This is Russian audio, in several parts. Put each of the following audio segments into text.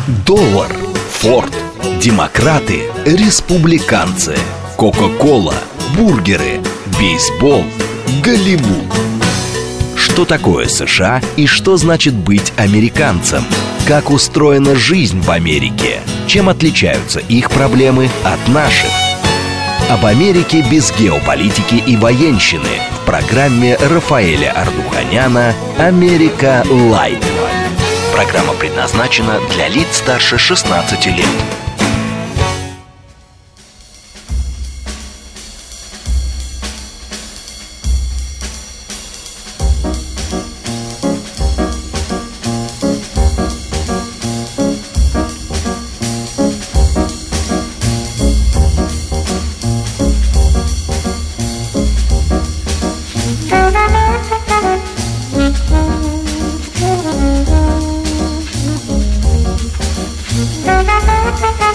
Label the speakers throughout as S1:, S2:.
S1: Доллар, Форд, демократы, республиканцы, Кока-кола, бургеры, бейсбол, Голливуд. Что такое США и что значит быть американцем? Как устроена жизнь в Америке? Чем отличаются их проблемы от наших? Об Америке без геополитики и военщины в программе Рафаэля Ардуханяна «Америка Лайт». Программа предназначена для лиц старше 16 лет.
S2: Thank you.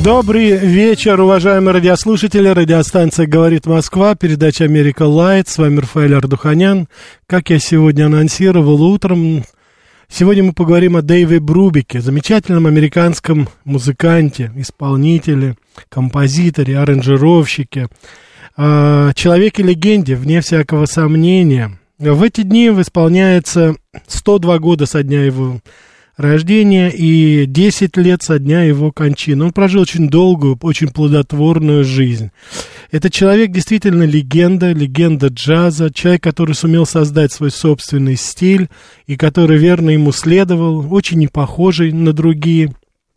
S2: Добрый вечер, уважаемые радиослушатели. Радиостанция «Говорит Москва», передача «Америка Лайт». С вами Рафаэль Ардуханян. Как я сегодня анонсировал утром, сегодня мы поговорим о Дэйве Брубеке, замечательном американском музыканте, исполнителе, композиторе, аранжировщике, человеке-легенде, вне всякого сомнения. В эти дни исполняется 102 года со дня его рождения и 10 лет со дня его кончины. Он прожил очень долгую, очень плодотворную жизнь. Этот человек действительно легенда джаза, человек, который сумел создать свой собственный стиль и который верно ему следовал, очень не похожий на другие.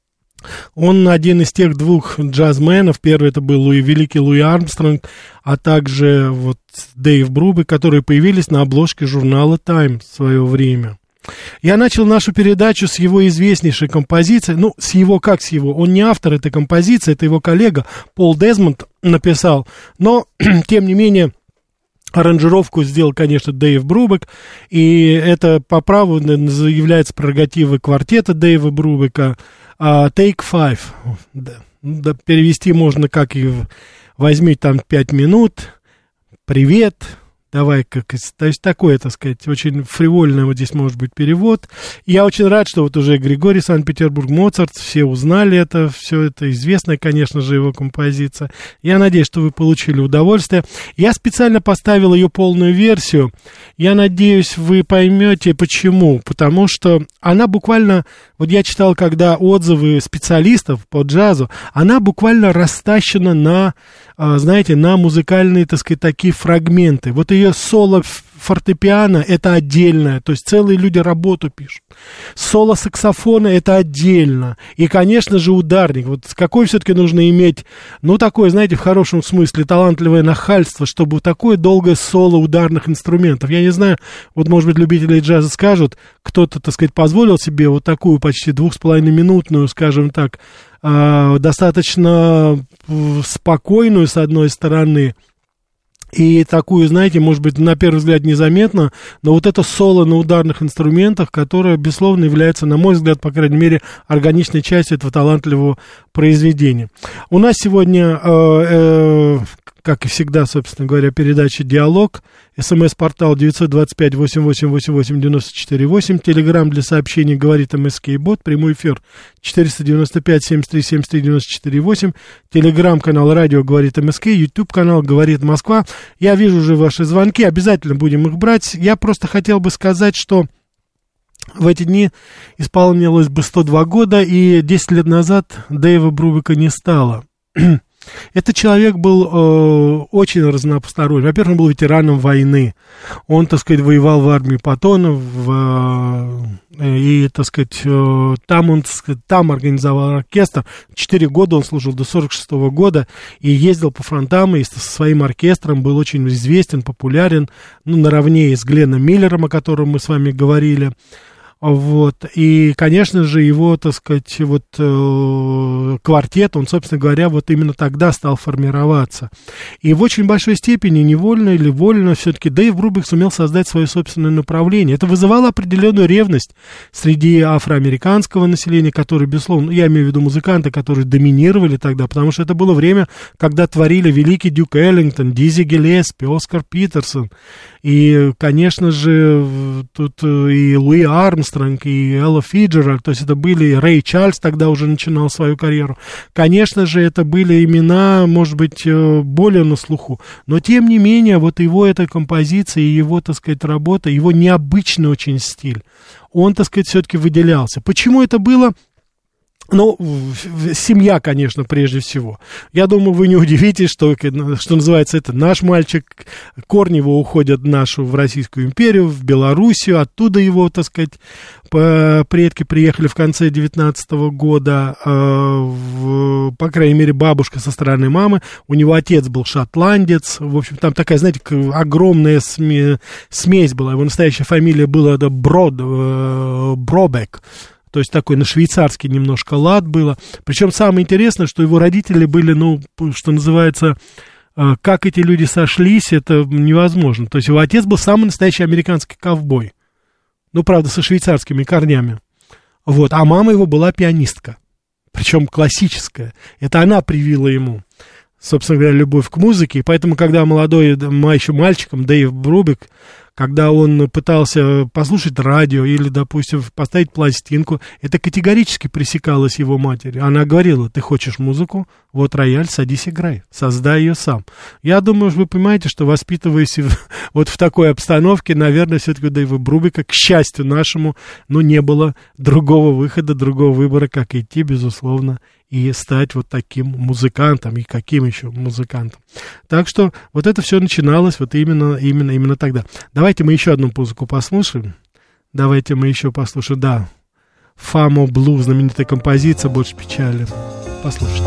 S2: Он один из тех двух джазменов, первый это был великий Луи Армстронг, а также вот Дэйв Брубек, которые появились на обложке журнала Time в свое время. Я начал нашу передачу с его известнейшей композиции, он не автор этой композиции, это его коллега Пол Дезмонд написал, но, тем не менее, аранжировку сделал, конечно, Дэйв Брубек, и это по праву является прерогативой квартета Дэйва Брубека. Take Five, да, перевести можно как и возьми там 5 минут, привет, давай, то есть такой, так сказать, очень фривольный вот здесь может быть перевод. Я очень рад, что вот уже Григорий Санкт-Петербург, Моцарт, все узнали это, все это известная, конечно же, его композиция. Я надеюсь, что вы получили удовольствие. Я специально поставил ее полную версию. Я надеюсь, вы поймете, почему. Потому что она буквально, вот я читал, когда отзывы специалистов по джазу, она буквально растащена на, знаете, на музыкальные, так сказать, такие фрагменты. Вот ее соло фортепиано — это отдельное, то есть целые люди работу пишут. Соло саксофона — это отдельно. И, конечно же, ударник. Вот какой все-таки нужно иметь, такое, знаете, в хорошем смысле, талантливое нахальство, чтобы такое долгое соло ударных инструментов. Я не знаю, вот, может быть, любители джаза скажут, кто-то, так сказать, позволил себе вот такую почти 2,5-минутную, скажем так, достаточно спокойную, с одной стороны, и такую, знаете, может быть, на первый взгляд незаметно, но вот это соло на ударных инструментах, которое, безусловно, является, на мой взгляд, по крайней мере, органичной частью этого талантливого произведения. У нас сегодня, как и всегда, собственно говоря, передача «Диалог», СМС-портал 925-88-88-94-8, телеграмм для сообщений «Говорит МСК-бот», прямой эфир 495-73-73-94-8, телеграм-канал «Радио Говорит МСК», ютуб-канал «Говорит Москва». Я вижу уже ваши звонки, обязательно будем их брать. Я просто хотел бы сказать, что в эти дни исполнилось бы 102 года, и 10 лет назад Дэйва Брубека не стало. Этот человек был очень разносторонний. Во-первых, он был ветераном войны. Он, так сказать, воевал в армии Паттона, и, так сказать, там организовал оркестр. 4 года он служил, до 46 года, и ездил по фронтам, и со своим оркестром был очень известен, популярен, наравне с Гленном Миллером, о котором мы с вами говорили. Вот, и, конечно же, его, так сказать, вот квартет, он, собственно говоря, вот именно тогда стал формироваться. И в очень большой степени, невольно или вольно, все-таки Дэйв Брубек сумел создать свое собственное направление. Это вызывало определенную ревность среди афроамериканского населения, которые, безусловно, я имею в виду музыканты, которые доминировали тогда, потому что это было время, когда творили великий Дюк Эллингтон, Дизи Гиллеспи, Оскар Питерсон. И, конечно же, тут и Луи Армстронг, и Элла Фиджеральд, то есть это были, Рэй Чарльз тогда уже начинал свою карьеру. Конечно же, это были имена, может быть, более на слуху, но, тем не менее, вот его эта композиция, его, так сказать, работа, его необычный очень стиль, он, так сказать, все-таки выделялся. Почему это было? Семья, конечно, прежде всего. Я думаю, вы не удивитесь, что называется, это наш мальчик, корни его уходят в Российскую империю, в Белоруссию, оттуда его, так сказать, предки приехали в конце 19 года, по крайней мере, бабушка со стороны мамы, у него отец был шотландец, в общем, там такая, знаете, огромная смесь была, его настоящая фамилия была Бробек. То есть такой на швейцарский немножко лад было. Причем самое интересное, что его родители были, что называется, как эти люди сошлись, это невозможно. То есть его отец был самый настоящий американский ковбой. Правда, со швейцарскими корнями. Вот. А мама его была пианистка. причем классическая. Это она привила ему, собственно говоря, любовь к музыке. И поэтому, когда молодой, еще мальчиком, Дэйв Брубик, когда он пытался послушать радио или, допустим, поставить пластинку, это категорически пресекалось его матерью. Она говорила: ты хочешь музыку, вот рояль, садись, играй, создай ее сам. Я думаю, вы понимаете, что, воспитываясь вот в такой обстановке, наверное, все-таки у Дэйва Брубика, к счастью нашему, не было другого выхода, другого выбора, как идти, безусловно, и стать вот таким музыкантом, и каким еще музыкантом. Так что вот это все начиналось вот именно тогда. Давайте мы еще одну музыку послушаем. Да, Famo Blue, знаменитая композиция, «Больше печали». Послушайте.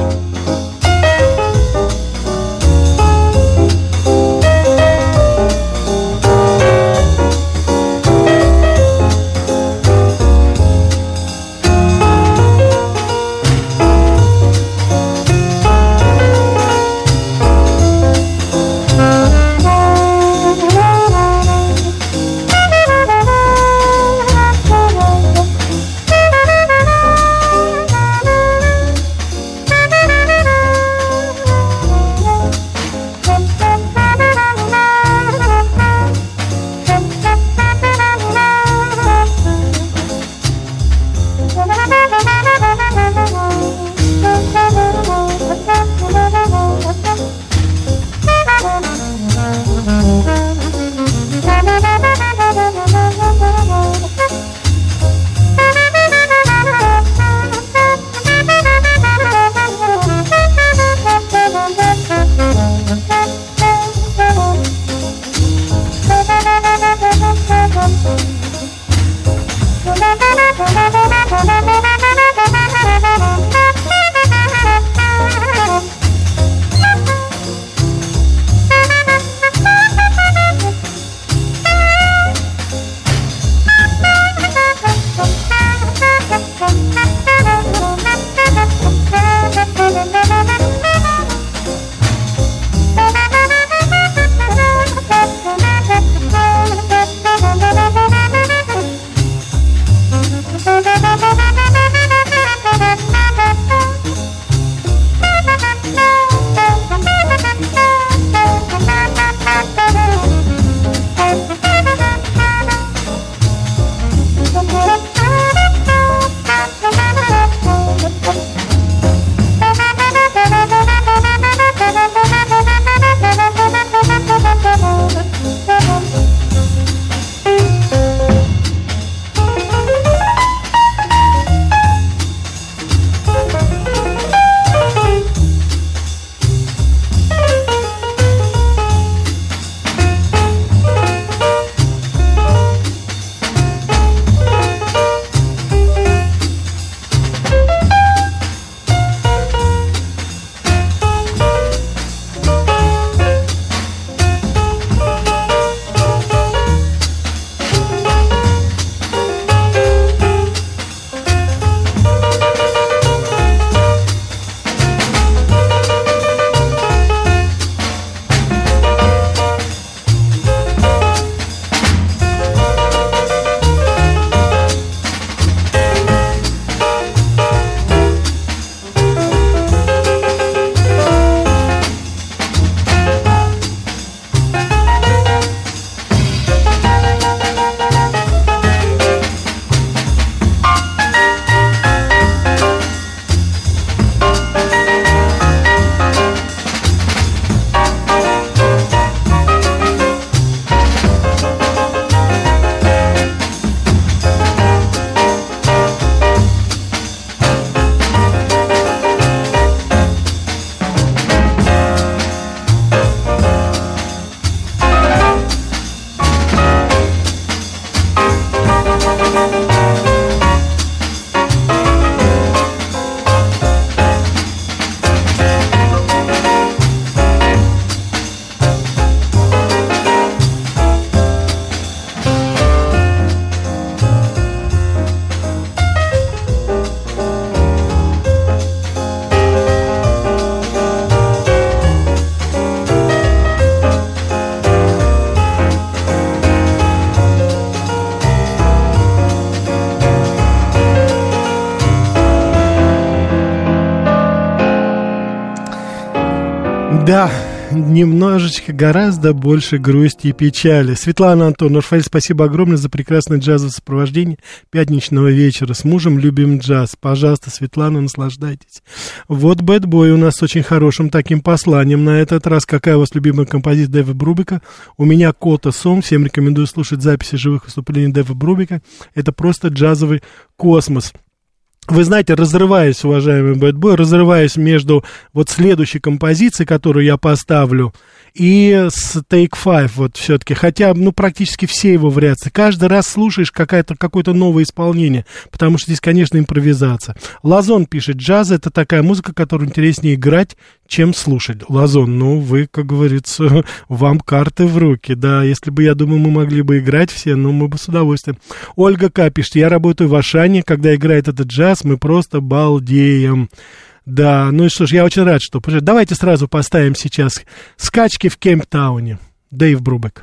S2: Да, немножечко, гораздо больше грусти и печали. Светлана Антон, Рафаэль, спасибо огромное за прекрасное джазовое сопровождение пятничного вечера. С мужем любим джаз. Пожалуйста, Светлана, наслаждайтесь. Вот Bad Boy у нас с очень хорошим таким посланием на этот раз. Какая у вас любимая композиция Дэйва Брубека? У меня Кота Сон. Всем рекомендую слушать записи живых выступлений Дэйва Брубека. Это просто джазовый космос. Вы знаете, разрываясь, уважаемый Bad Boy, разрываясь между вот следующей композицией, которую я поставлю, и с Take Five, вот все-таки, хотя, ну, практически все его вариации, каждый раз слушаешь какое-то новое исполнение, потому что здесь, конечно, импровизация. Лазон пишет, джаз — это такая музыка, которую интереснее играть, чем слушать. Лазон, ну, вы, как говорится, вам карты в руки, да, если бы, я думаю, мы могли бы играть все, ну, мы бы с удовольствием. Ольга К. пишет, я работаю в Ашане, когда играет этот джаз, мы просто балдеем. Да, ну и что ж, я очень рад, что... Давайте сразу поставим сейчас «Скачки в Кейптауне». Дэйв Брубек.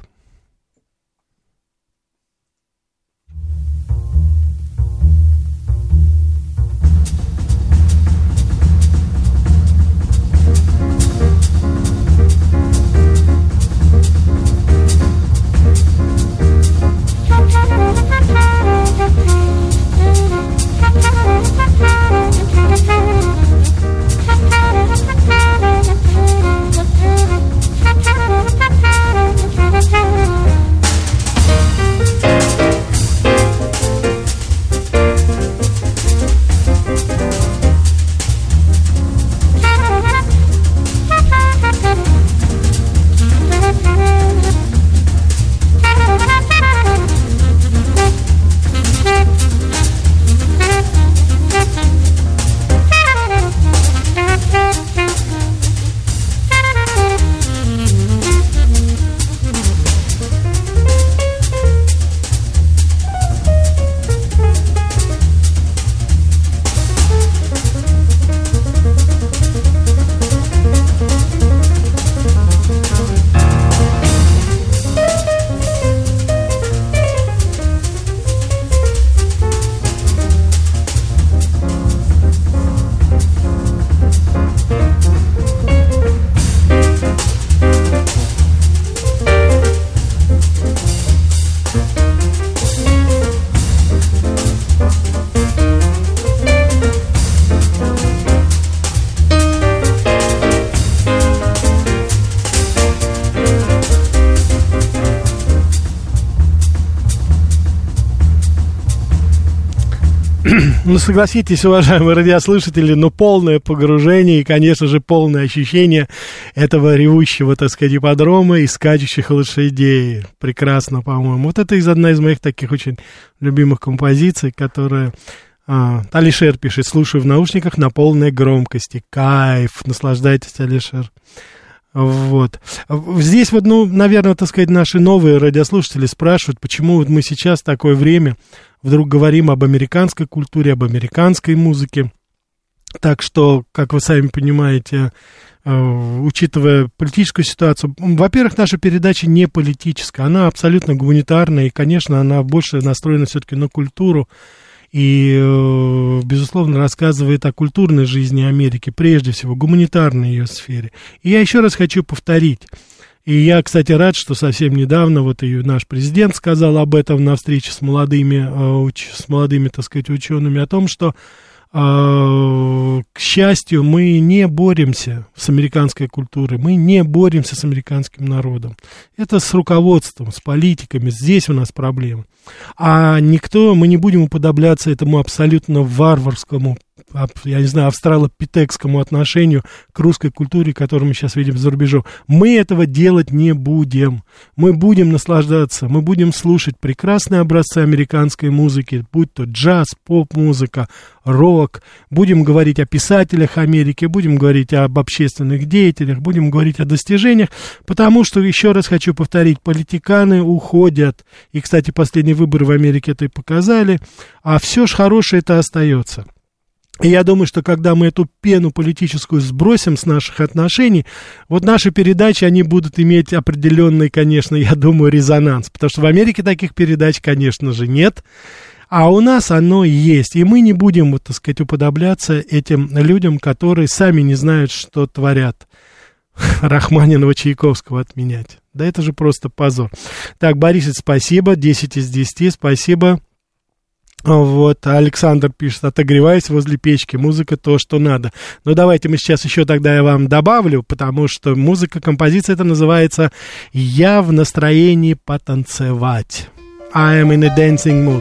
S2: Ну, согласитесь, уважаемые радиослушатели, но полное погружение и, конечно же, полное ощущение этого ревущего, так сказать, ипподрома и скачущих лошадей. Прекрасно, по-моему. Вот это одна из моих таких очень любимых композиций, которая... Алишер пишет, слушаю в наушниках на полной громкости. Кайф, наслаждайтесь, Алишер. Вот. Здесь вот, ну, наверное, так сказать, наши новые радиослушатели спрашивают, почему вот мы сейчас в такое время вдруг говорим об американской культуре, об американской музыке. Так что, как вы сами понимаете, учитывая политическую ситуацию, во-первых, наша передача не политическая, она абсолютно гуманитарная, и, конечно, она больше настроена все-таки на культуру. И, безусловно, рассказывает о культурной жизни Америки, прежде всего, гуманитарной ее сфере. И я еще раз хочу повторить, и я, кстати, рад, что совсем недавно вот и наш президент сказал об этом на встрече с молодыми, так сказать, учеными, о том, что, к счастью, мы не боремся с американской культурой, мы не боремся с американским народом. Это с руководством, с политиками, здесь у нас проблемы. А мы не будем уподобляться этому абсолютно варварскому, я не знаю, австралопитекскому отношению к русской культуре, которую мы сейчас видим за рубежом. Мы этого делать не будем. Мы будем наслаждаться, мы будем слушать прекрасные образцы американской музыки, будь то джаз, поп-музыка, рок. Будем говорить о писателях Америки, будем говорить об общественных деятелях, будем говорить о достижениях, потому что, еще раз хочу повторить, политиканы уходят. И, кстати, последние выборы в Америке это и показали, а все ж хорошее это остается. И я думаю, что когда мы эту пену политическую сбросим с наших отношений, вот наши передачи, они будут иметь определенный, конечно, я думаю, резонанс. Потому что в Америке таких передач, конечно же, нет. А у нас оно есть. И мы не будем, вот, так сказать, уподобляться этим людям, которые сами не знают, что творят Рахманинова, Чайковского отменять. Да это же просто позор. Так, Борисец, спасибо, 10 из 10, спасибо. Вот, Александр пишет, отогреваясь возле печки, музыка то, что надо. Но давайте мы сейчас еще тогда я вам добавлю, потому что музыка, композиция это называется «Я в настроении потанцевать». I am in a dancing mood.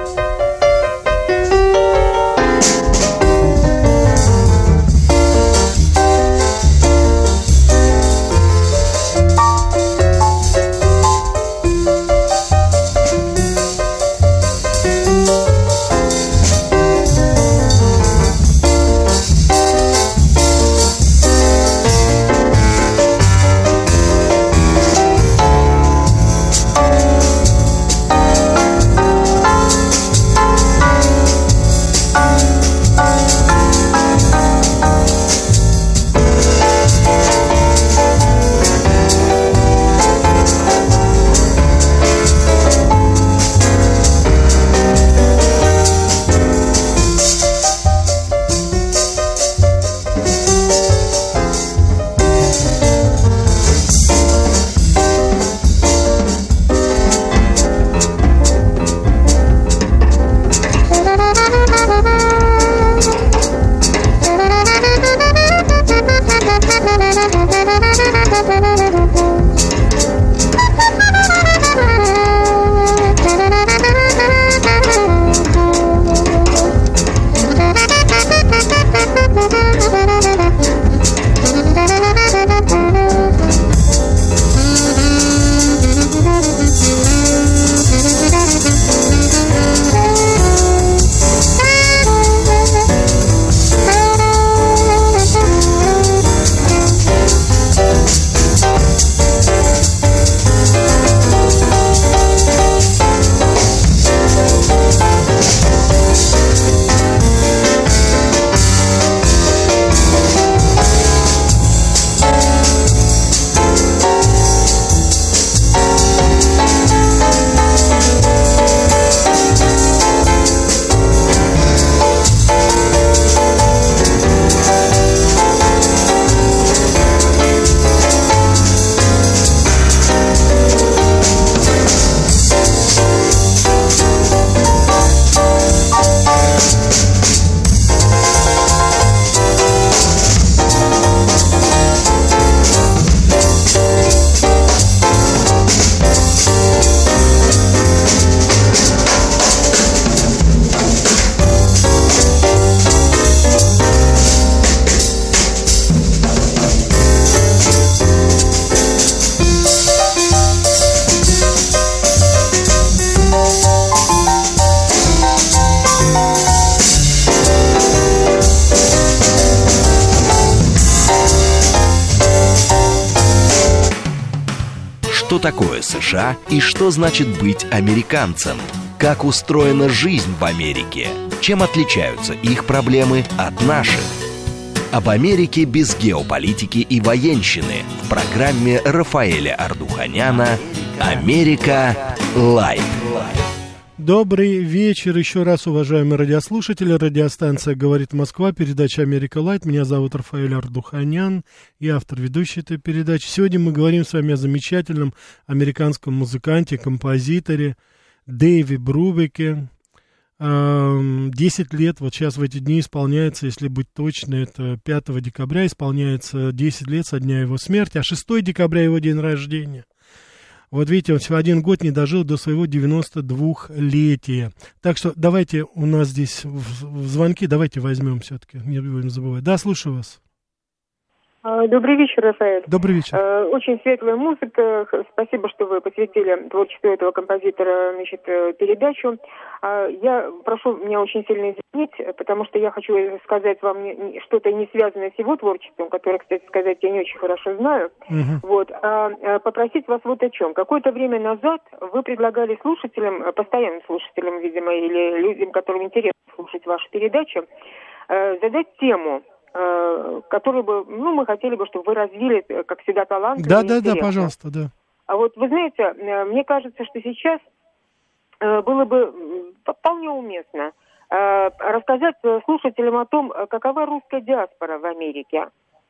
S1: Что такое США и что значит быть американцем? Как устроена жизнь в Америке? Чем отличаются их проблемы от наших? Об Америке без геополитики и военщины в программе Рафаэля Ардуханяна «Америка Лайт».
S2: Добрый вечер еще раз, уважаемые радиослушатели. Радиостанция «Говорит Москва», передача «Америка Лайт». Меня зовут Рафаэль Ардуханян, я автор ведущей этой передачи. Сегодня мы говорим с вами о замечательном американском музыканте, композиторе Дэйве Брубеке. 10 лет, вот сейчас в эти дни исполняется, если быть точно, это 5 декабря исполняется 10 лет со дня его смерти, а 6 декабря его день рождения. Вот видите, он всего 1 год не дожил до своего 92-летия. Так что давайте, у нас здесь в звонки, давайте возьмем все-таки, не будем забывать. Да, слушаю вас.
S3: Добрый вечер, Рафаэль.
S2: Добрый вечер.
S3: Очень светлая музыка. Спасибо, что вы посвятили творчеству этого композитора, передачу. Я прошу меня очень сильно извинить, потому что я хочу сказать вам что-то не связанное с его творчеством, которое, кстати сказать, я не очень хорошо знаю. Вот. Попросить вас вот о чем. Какое-то время назад вы предлагали слушателям, постоянным слушателям, видимо, или людям, которым интересно слушать вашу передачу, задать тему, которую бы, мы хотели бы, чтобы вы развили, как всегда, талант.
S2: Да, пожалуйста, да.
S3: А вот вы знаете, мне кажется, что сейчас было бы вполне уместно рассказать слушателям о том, какова русская диаспора в Америке.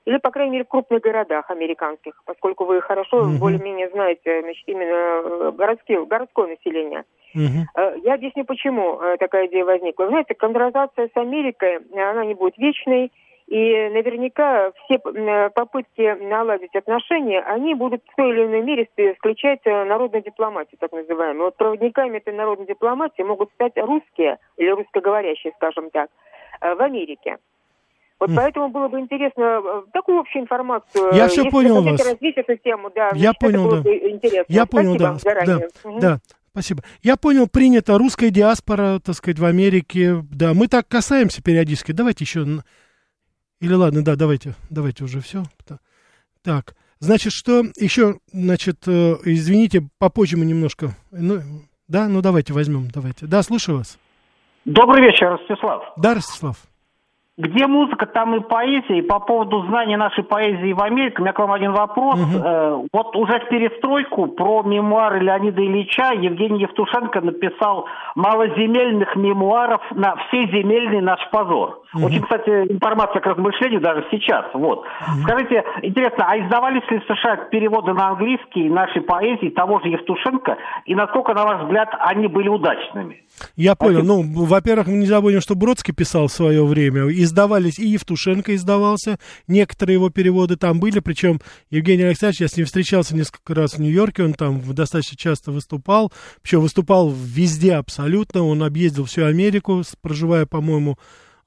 S3: или, по крайней мере, в крупных городах американских, поскольку вы хорошо, более-менее знаете, значит, именно городское население. Я объясню, почему такая идея возникла. Вы знаете, конфронтация с Америкой, она не будет вечной, и наверняка все попытки наладить отношения, они будут в той или иной мере исключать народную дипломатию, так называемую. Вот проводниками этой народной дипломатии могут стать русские, или русскоговорящие, скажем так, в Америке. Вот поэтому было бы интересно такую общую информацию.
S2: Я все понял вас.
S3: Развить эту тему, да.
S2: Я понял, да.
S3: Я
S2: понял, да. Да. Спасибо. Я понял, принято. Русская диаспора, так сказать, в Америке. Да, мы так касаемся периодически. Давайте еще... Или ладно, да, давайте уже все. Так, значит, что еще, значит, извините, попозже мы немножко... давайте возьмем, давайте. Да, слушаю вас.
S4: Добрый вечер, Ростислав.
S2: Да, Ростислав.
S4: Где музыка, там и поэзия. И по поводу знания нашей поэзии в Америке, у меня к вам один вопрос. Вот уже в перестройку про мемуары Леонида Ильича Евгений Евтушенко написал малоземельных мемуаров на всеземельный наш позор. Очень, кстати, информация к размышлению даже сейчас. Вот. Скажите, интересно, а издавались ли в США переводы на английский нашей поэзии того же Евтушенко? И насколько, на ваш взгляд, они были удачными?
S2: Я понял. Ну, во-первых, мы не забудем, что Бродский писал в свое время. Издавались, и Евтушенко издавался. Некоторые его переводы там были. Причем Евгений Александрович, я с ним встречался несколько раз в Нью-Йорке. Он там достаточно часто выступал. Причем выступал везде абсолютно. Он объездил всю Америку, проживая, по-моему,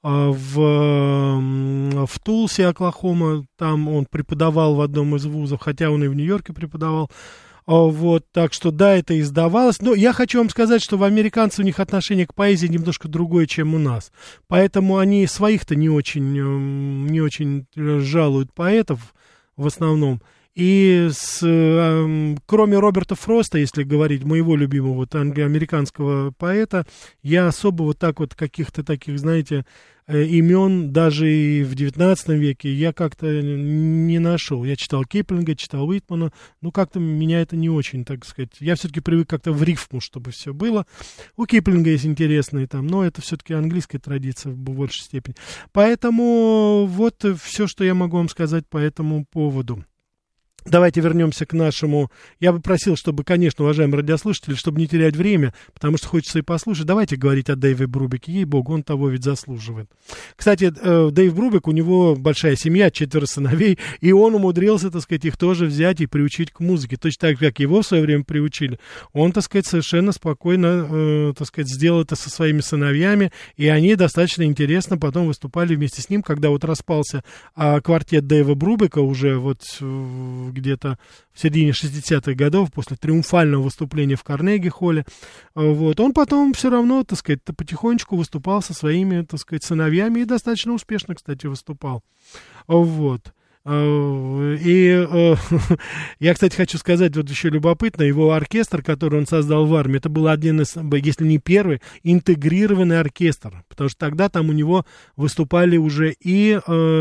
S2: в Тулсе, Оклахома. Там он преподавал в одном из вузов, хотя он и в Нью-Йорке преподавал. Вот, так что, да, это издавалось. Но я хочу вам сказать, что в американцев у них отношение к поэзии немножко другое, чем у нас. Поэтому они своих-то не очень жалуют поэтов в основном. И кроме Роберта Фроста, если говорить, моего любимого вот, американского поэта, я особо вот так вот каких-то таких, знаете, имен даже и в 19 веке я как-то не нашел. Я читал Киплинга, читал Уитмана, но как-то меня это не очень, так сказать. Я все-таки привык как-то в рифму, чтобы все было. У Киплинга есть интересные там, но это все-таки английская традиция в большей степени. Поэтому вот все, что я могу вам сказать по этому поводу. Давайте вернемся к нашему... Я бы просил, чтобы, конечно, уважаемые радиослушатели, чтобы не терять время, потому что хочется и послушать. Давайте говорить о Дэйве Брубеке. Ей-богу, он того ведь заслуживает. Кстати, Дэйв Брубек, у него большая семья, 4 сыновей, и он умудрился, так сказать, их тоже взять и приучить к музыке. Точно так, как его в свое время приучили. Он, так сказать, совершенно спокойно, так сказать, сделал это со своими сыновьями, и они достаточно интересно потом выступали вместе с ним, когда вот распался квартет Дэйва Брубека уже вот... где-то в середине 60-х годов, после триумфального выступления в Карнеги-холле, вот, он потом все равно, так сказать, потихонечку выступал со своими, так сказать, сыновьями и достаточно успешно, кстати, выступал. Вот. И я, кстати, хочу сказать, вот еще любопытно, его оркестр, который он создал в армии, это был один из, если не первый, интегрированный оркестр, потому что тогда там у него выступали уже и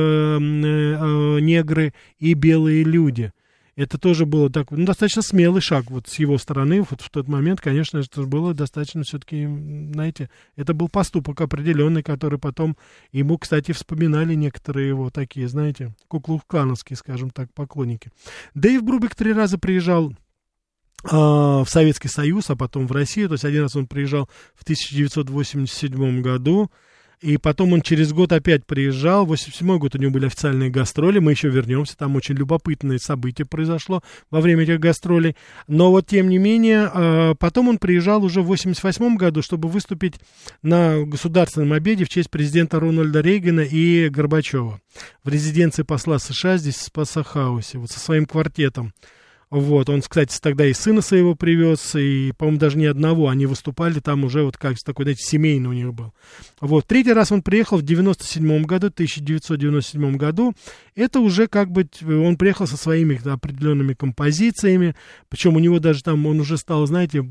S2: негры, и белые люди. Это тоже было так, достаточно смелый шаг вот с его стороны. Вот в тот момент, конечно, это было достаточно все-таки, знаете, это был поступок определенный, который потом ему, кстати, вспоминали некоторые его такие, знаете, куклукс-клановские, скажем так, поклонники. Дэйв Брубек 3 раза приезжал в Советский Союз, а потом в Россию. То есть один раз он приезжал в 1987 году. И потом он через год опять приезжал. В 87-й год у него были официальные гастроли. Мы еще вернемся. Там очень любопытное событие произошло во время этих гастролей. Но вот, тем не менее, потом он приезжал уже в 88-м году, чтобы выступить на государственном обеде в честь президента Рональда Рейгана и Горбачева в резиденции посла США здесь, в Спасахаусе, вот со своим квартетом. Вот, он, кстати, тогда и сына своего привез, и, по-моему, даже не одного, они выступали там уже вот как такой, знаете, семейный у них был. Вот, 3-й раз он приехал в 1997 году, это уже как бы, он приехал со своими определенными композициями, причем у него даже там, он уже стал, знаете,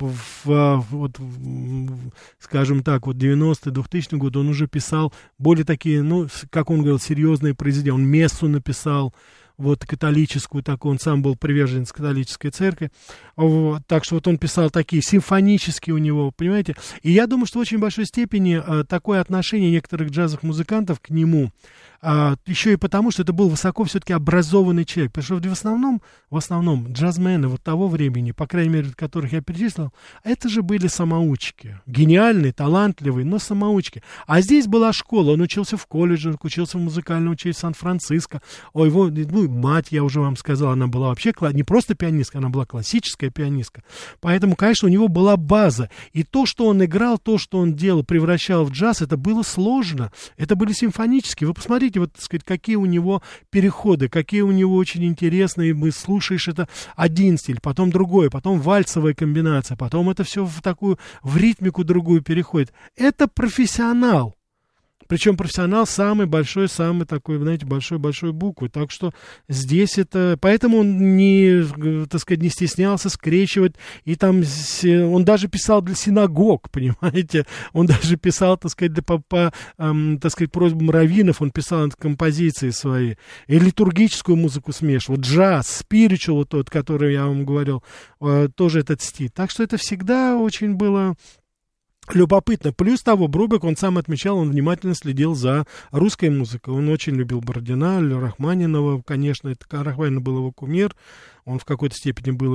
S2: скажем так, вот 90-й, 2000-й год он уже писал более такие, ну, как он говорил, серьезные произведения, он мессу написал, вот католическую, такую, он сам был приверженец католической церкви, вот, так что вот он писал такие, симфонические у него, понимаете, и я думаю, что в очень большой степени такое отношение некоторых джазовых музыкантов к нему еще и потому, что это был высоко все-таки образованный человек. Потому что в основном джазмены вот того времени, по крайней мере, которых я перечислил, это же были самоучки. Гениальные, талантливые, но самоучки. А здесь была школа. Он учился в колледже, учился в музыкальном училище в Сан-Франциско. Мать, я уже вам сказал, она была вообще не просто пианистка, она была классическая пианистка. Поэтому, конечно, у него была база. И то, что он играл, то, что он делал, превращал в джаз, это было сложно. Это были симфонические. Вы посмотрите, вот, так сказать, какие у него переходы, какие у него очень интересные. Слушаешь это один стиль, потом другой, потом вальсовая комбинация, потом это все в ритмику другую переходит. Это профессионал. Причем профессионал самый большой, самый такой, знаете, большой буквы. Так что здесь это... Поэтому он не стеснялся скрещивать. И там он даже писал для синагог, понимаете. Он даже писал, так сказать, по просьбам раввинов, он писал композиции свои. И литургическую музыку смешивал. Джаз, спиричуал, тот, который я вам говорил, тоже этот стиль. Так что это всегда очень было... любопытно. Плюс того, Брубек, он сам отмечал, он внимательно следил за русской музыкой. Он очень любил Бородина, Рахманинова, конечно, Рахманинов был его кумир, он в какой-то степени был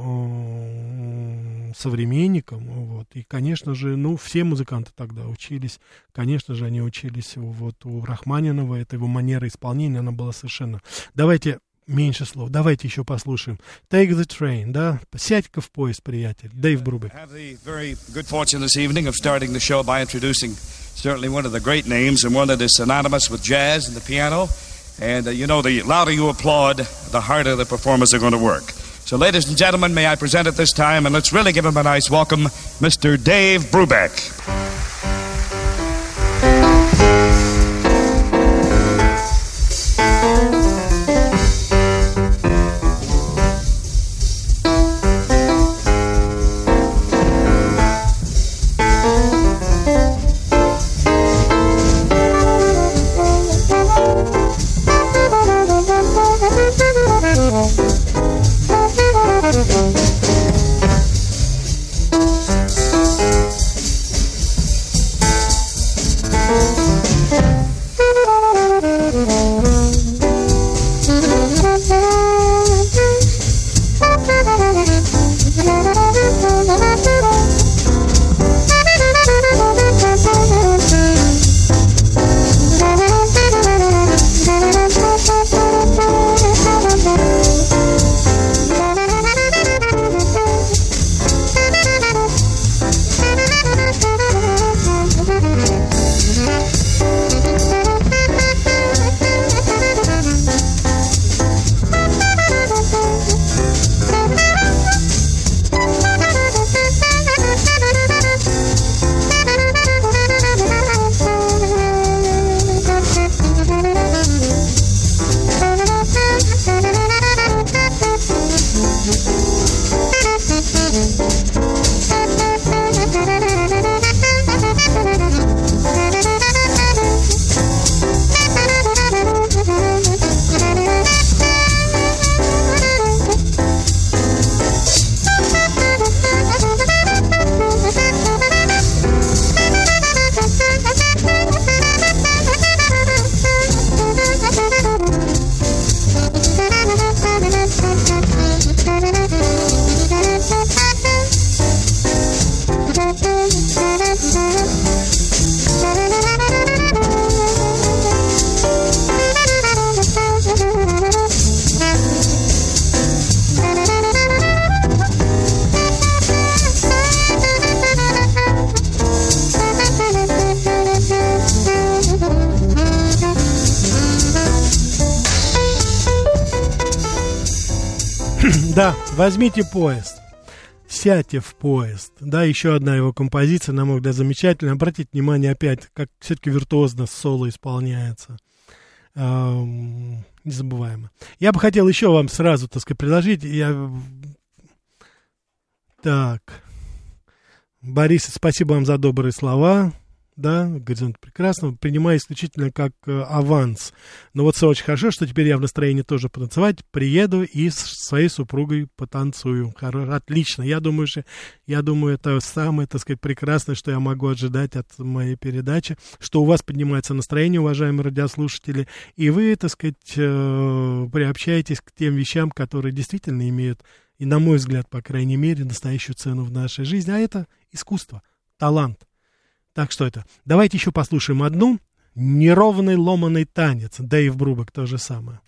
S2: его современником. Вот. И, конечно же, все музыканты тогда учились, конечно же, они учились вот у Рахманинова, это его манера исполнения, она была совершенно... Давайте... Меньше слов. Давайте еще послушаем. Take the train, да? Сядь-ка в поезд, приятель. Дэйв Брубек.
S5: I have the very good fortune this evening of starting the show by introducing certainly one of the great names and one that is synonymous with jazz and the piano. And the louder you applaud, the harder the performers are going to work. So, ladies and gentlemen, may I present at this time, and let's really give him a nice welcome, Mr. Dave Brubeck.
S2: Да, возьмите поезд, сядьте в поезд. Да, еще одна его композиция, на мой взгляд, замечательная. Обратите внимание опять, как все-таки виртуозно соло исполняется. Незабываемо. Я бы хотел еще вам сразу, так сказать, предложить. Так. Борис, спасибо вам за добрые слова. да, «Горизонт прекрасного», принимаю исключительно как аванс. Но вот все очень хорошо, что теперь я в настроении тоже потанцевать, приеду и с своей супругой потанцую. Отлично, я думаю, это самое, так сказать, прекрасное, что я могу ожидать от моей передачи, что у вас поднимается настроение, уважаемые радиослушатели, и вы, так сказать, приобщаетесь к тем вещам, которые действительно имеют, и, на мой взгляд, по крайней мере, настоящую цену в нашей жизни, а это искусство, талант. Так что это. Давайте еще послушаем одну. «Неровный ломаный танец». Дэйв Брубек, то же самое.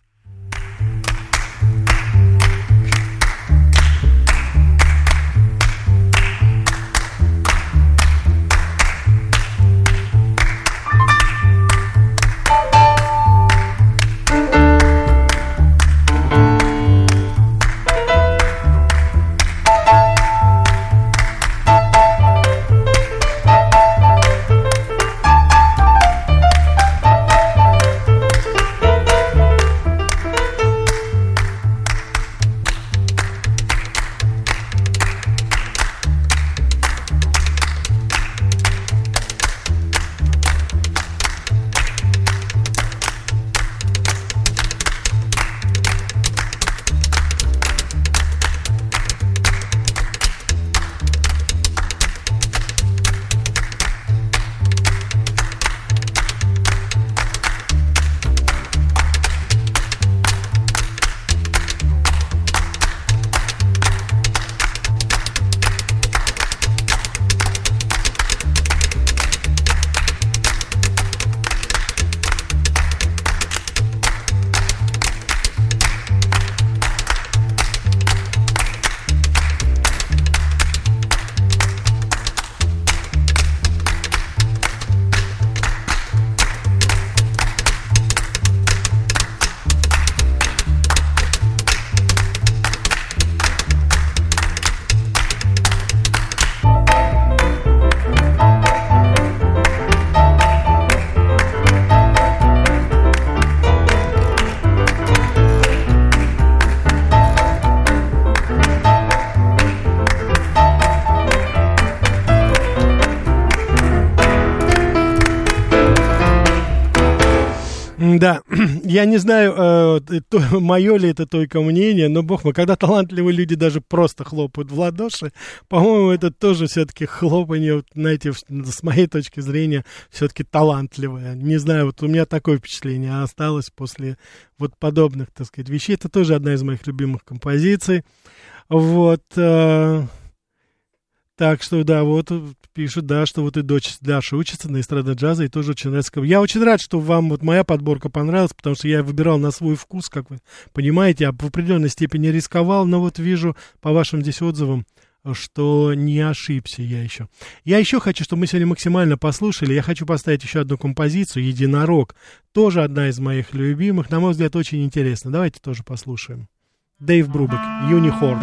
S2: Да, я не знаю, мое ли это только мнение, но, бог мой, когда талантливые люди даже просто хлопают в ладоши, по-моему, это тоже все-таки хлопанье, знаете, с моей точки зрения, все-таки талантливое. Не знаю, вот у меня такое впечатление осталось после вот подобных, так сказать, вещей. Это тоже одна из моих любимых композиций. Вот... Так что, да, вот пишут, да, что вот и дочь Даша учится на эстрадном джазе, и тоже очень нравится. Я очень рад, что вам вот моя подборка понравилась, потому что я выбирал на свой вкус, как вы понимаете, я в определенной степени рисковал, но вот вижу по вашим здесь отзывам, что не ошибся я еще. Я еще хочу, чтобы мы сегодня максимально послушали, я хочу поставить еще одну композицию «Единорог», тоже одна из моих любимых, на мой взгляд, очень интересно. Давайте тоже послушаем. Дэйв Брубек, «Юнихорн».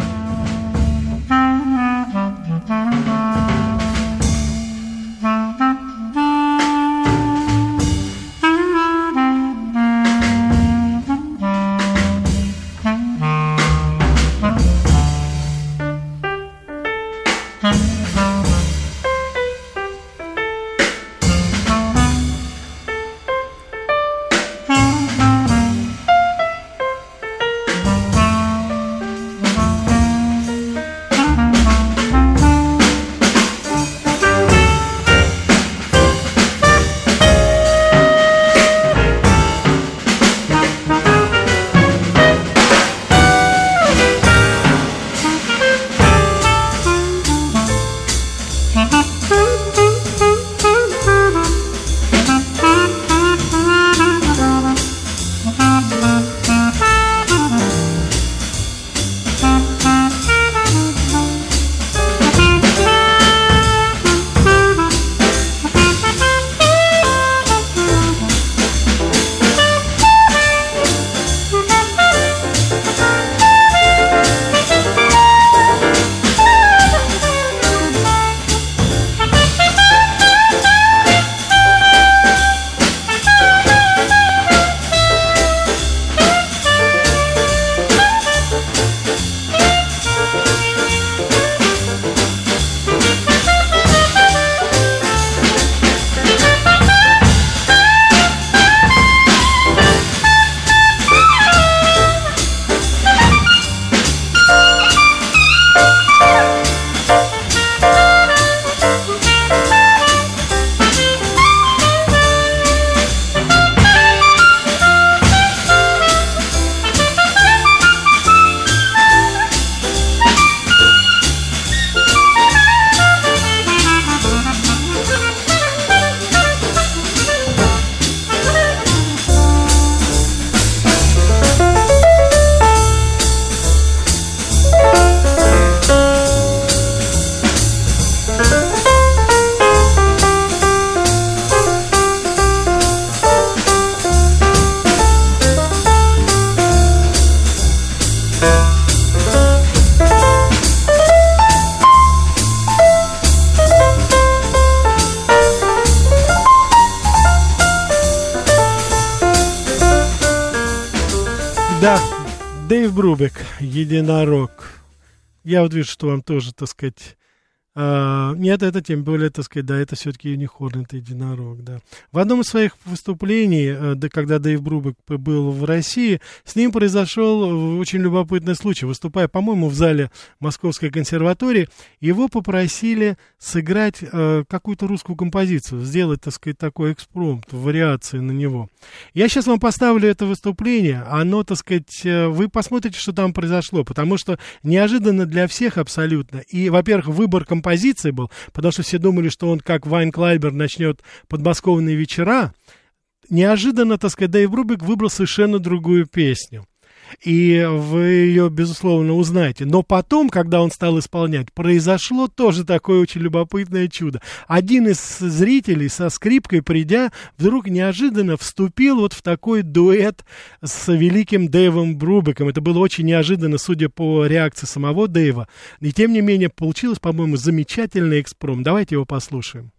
S2: Брубек, единорог. Я вот вижу, что вам тоже, так сказать... Нет, это тем более, так сказать, да, это все-таки юнихорн, это единорог, да. В одном из своих выступлений, когда Дэйв Брубек был в России, с ним произошел очень любопытный случай. Выступая, по-моему, в зале Московской консерватории, его попросили сыграть какую-то русскую композицию, сделать, так сказать, такой экспромт, вариации на него. Я сейчас вам поставлю это выступление, оно, так сказать, вы посмотрите, что там произошло, потому что неожиданно для всех абсолютно. И, во-первых, выбор композиции был, потому что все думали, что он, как Вайн Клайбер, начнет подмосковные вечера. Неожиданно, так сказать, Дэйв Брубек выбрал совершенно другую песню. И вы ее, безусловно, узнаете. Но потом, когда он стал исполнять, произошло тоже такое очень любопытное чудо. Один из зрителей со скрипкой, придя, вдруг неожиданно вступил вот в такой дуэт с великим Дэйвом Брубеком. Это было очень неожиданно, судя по реакции самого Дэйва. И тем не менее, получилось, по-моему, замечательный экспромт. Давайте его послушаем.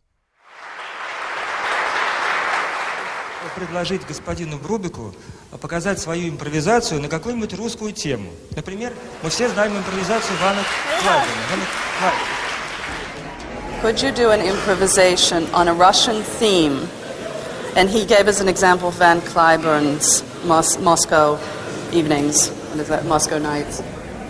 S6: Предложить господину Брубеку показать свою импровизацию на какую-нибудь русскую тему. Например, мы все знаем импровизацию Вана Клайберна.
S7: Could you do an improvisation on a Russian theme? And he gave us an example of Van Cliburn's Moscow evenings. What is that? Moscow nights.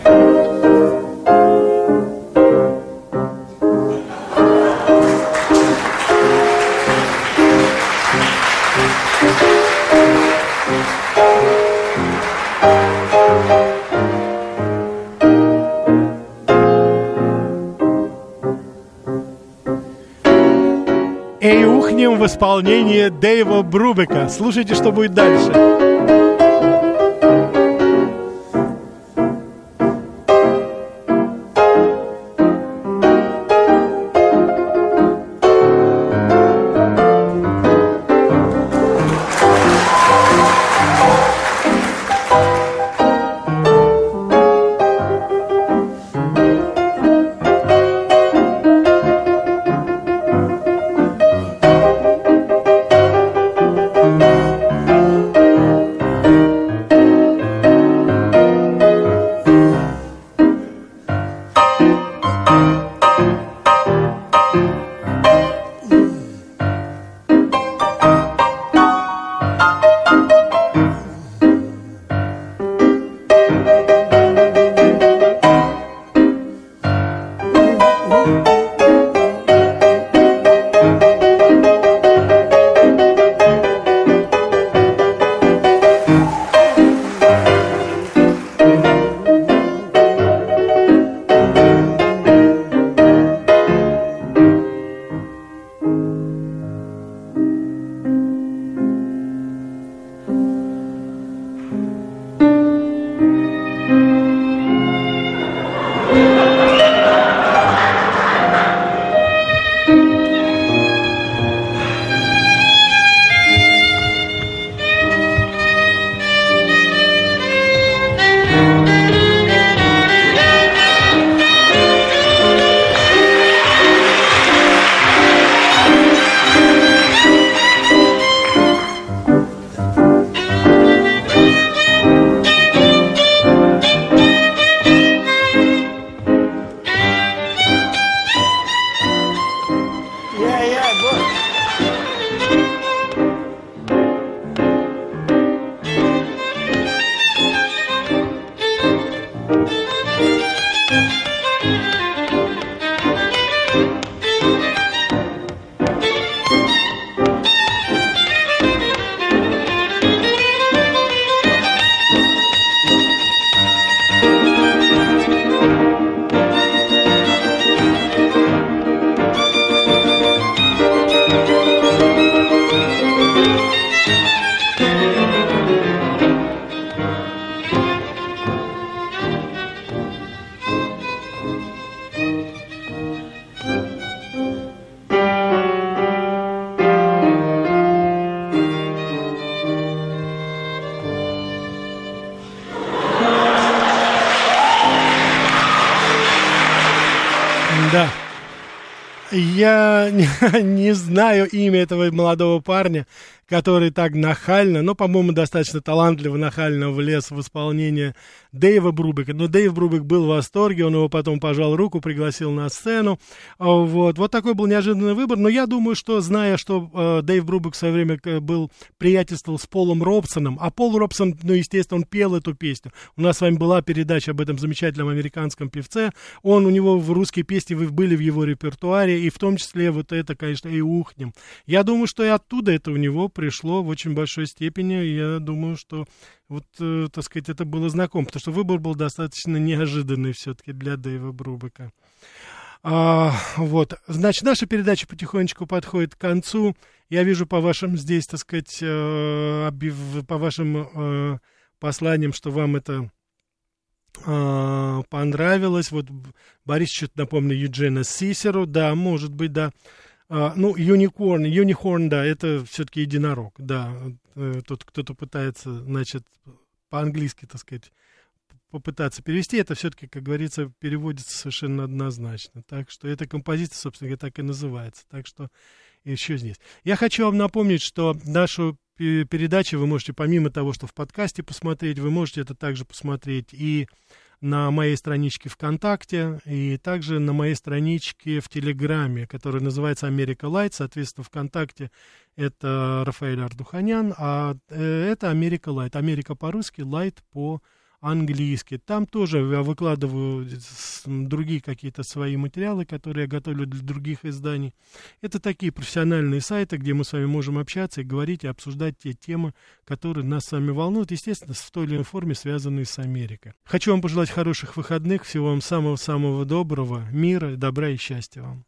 S2: «Эй, ухнем» в исполнении Дэйва Брубека. Слушайте, что будет дальше. Да. Я не знаю имя этого молодого парня, который так нахально, но, по-моему, достаточно талантливо, нахально влез в исполнение Дэйва Брубека. Но Дэйв Брубек был в восторге, он его потом пожал руку, пригласил на сцену. Вот такой был неожиданный выбор. Но я думаю, что, зная, что Дэйв Брубек в свое время приятельствовал с Полом Робсоном, а Пол Робсон, ну, естественно, он пел эту песню. У нас с вами была передача об этом замечательном американском певце. У него в русские песни были в его репертуаре, и в том числе вот это, конечно, и ухнем. Я думаю, что и оттуда это у него пришло в очень большой степени. Я думаю, что вот, так сказать, это было знакомо, потому что выбор был достаточно неожиданный все-таки для Дэйва Брубека. Вот, значит, наша передача потихонечку подходит к концу. Я вижу по вашим здесь, так сказать, по вашим посланиям, что вам это понравилось. Вот Борис что-то напомнил Юджина Сисеру, да, может быть, да. Ну, Юнихорн, да, это все-таки единорог, да. Тут кто-то пытается, значит, по-английски, так сказать, попытаться перевести, это все-таки, как говорится, переводится совершенно однозначно. Так что эта композиция, собственно говоря, так и называется. Так что еще здесь. Я хочу вам напомнить, что нашу передачу вы можете, помимо того, что в подкасте посмотреть, вы можете это также посмотреть и на моей страничке ВКонтакте, и также на моей страничке в Телеграме, которая называется Америка Лайт. Соответственно, ВКонтакте это Рафаэль Ардуханян, а это Америка Лайт. Америка по-русски, Лайт по-английски. Там тоже я выкладываю другие какие-то свои материалы, которые я готовлю для других изданий. Это такие профессиональные сайты, где мы с вами можем общаться и говорить, и обсуждать те темы, которые нас с вами волнуют, естественно, в той или иной форме связанные с Америкой. Хочу вам пожелать хороших выходных, всего вам самого-самого доброго, мира, добра и счастья вам.